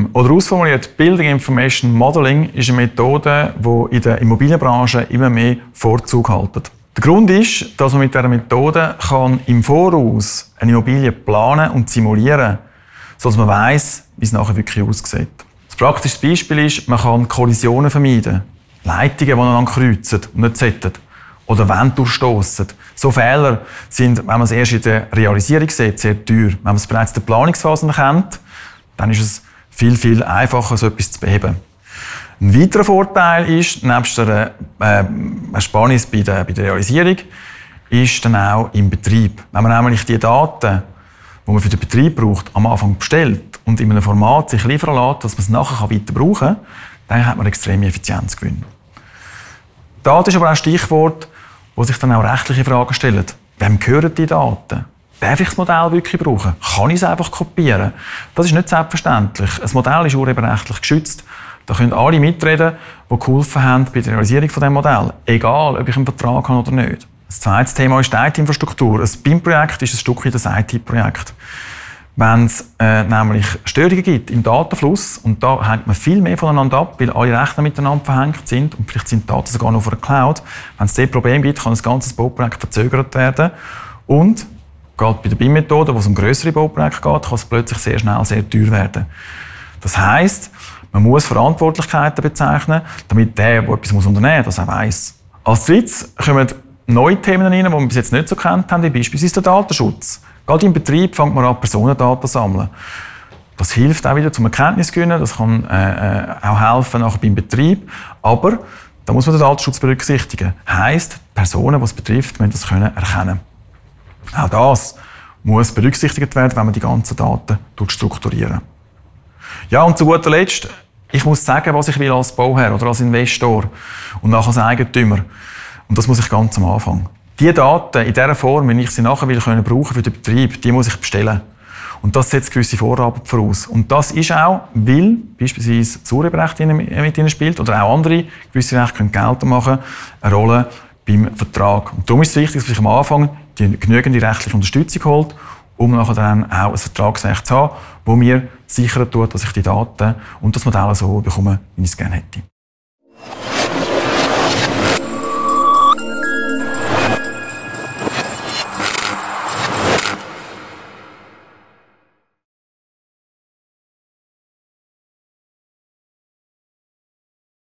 Oder ausformuliert, Building Information Modeling ist eine Methode, die in der Immobilienbranche immer mehr Vorzug hält. Der Grund ist, dass man mit dieser Methode im Voraus eine Immobilie planen und simulieren kann, sodass man weiss, wie es nachher wirklich aussieht. Das praktische Beispiel ist, man kann Kollisionen vermeiden. Leitungen, die einander kreuzen und nicht sollten. Oder Wände durchstossen. So Fehler sind, wenn man es erst in der Realisierung sieht, sehr teuer. Wenn man es bereits in der Planungsphase kennt, dann ist es viel, viel einfacher, so etwas zu beheben. Ein weiterer Vorteil ist, nebst der Ersparnis bei der Realisierung, ist dann auch im Betrieb. Wenn man nämlich die Daten, die man für den Betrieb braucht, am Anfang bestellt und in einem Format sich liefern lässt, dass man es nachher weiter brauchen kann, dann hat man extreme Effizienzgewinne. Daten ist aber auch ein Stichwort, wo sich dann auch rechtliche Fragen stellen. Wem gehören die Daten? Darf ich das Modell wirklich brauchen? Kann ich es einfach kopieren? Das ist nicht selbstverständlich. Ein Modell ist urheberrechtlich geschützt. Da können alle mitreden, die geholfen haben bei der Realisierung dieses Modells. Egal, ob ich einen Vertrag habe oder nicht. Das zweite Thema ist die IT-Infrastruktur. Ein BIM-Projekt ist ein Stück weit ein IT-Projekt. Wenn es nämlich Störungen gibt im Datenfluss, und da hängt man viel mehr voneinander ab, weil alle Rechner miteinander verhängt sind und vielleicht sind die Daten sogar noch auf einer Cloud. Wenn es dort Probleme gibt, kann das ganze Bauprojekt verzögert werden. Und gerade bei der BIM-Methode, wo es um grössere Bauprojekte geht, kann es plötzlich sehr schnell sehr teuer werden. Das heisst, man muss Verantwortlichkeiten bezeichnen, damit der etwas unternehmen muss, das auch weiss. Als drittes kommen neue Themen rein, die wir bis jetzt nicht so kennt haben, wie beispielsweise der Datenschutz. Gerade im Betrieb fängt man an, Personendaten zu sammeln. Das hilft auch wieder zum Erkenntnisgewinnen, das kann auch helfen nachher beim Betrieb. Aber da muss man den Datenschutz berücksichtigen. Heisst, die Personen, die es betrifft, müssen das erkennen. Auch das muss berücksichtigt werden, wenn man die ganzen Daten strukturieren. Ja, und zu guter Letzt, ich muss sagen, was ich will als Bauherr oder als Investor und nachher als Eigentümer. Und das muss ich ganz am Anfang. Die Daten in dieser Form, wenn ich sie nachher brauchen für den Betrieb, die muss ich bestellen. Und das setzt gewisse Vorhaben voraus. Und das ist auch, weil beispielsweise das Urheberrecht mit ihnen spielt oder auch andere gewisse Rechte geltend machen, eine Rolle beim Vertrag. Und darum ist es wichtig, dass ich am Anfang die genügende rechtliche Unterstützung holt, um nachher dann auch ein Vertragsrecht zu haben, das mir sichern tut, dass ich die Daten und das Modell so bekomme, wie ich es gerne hätte.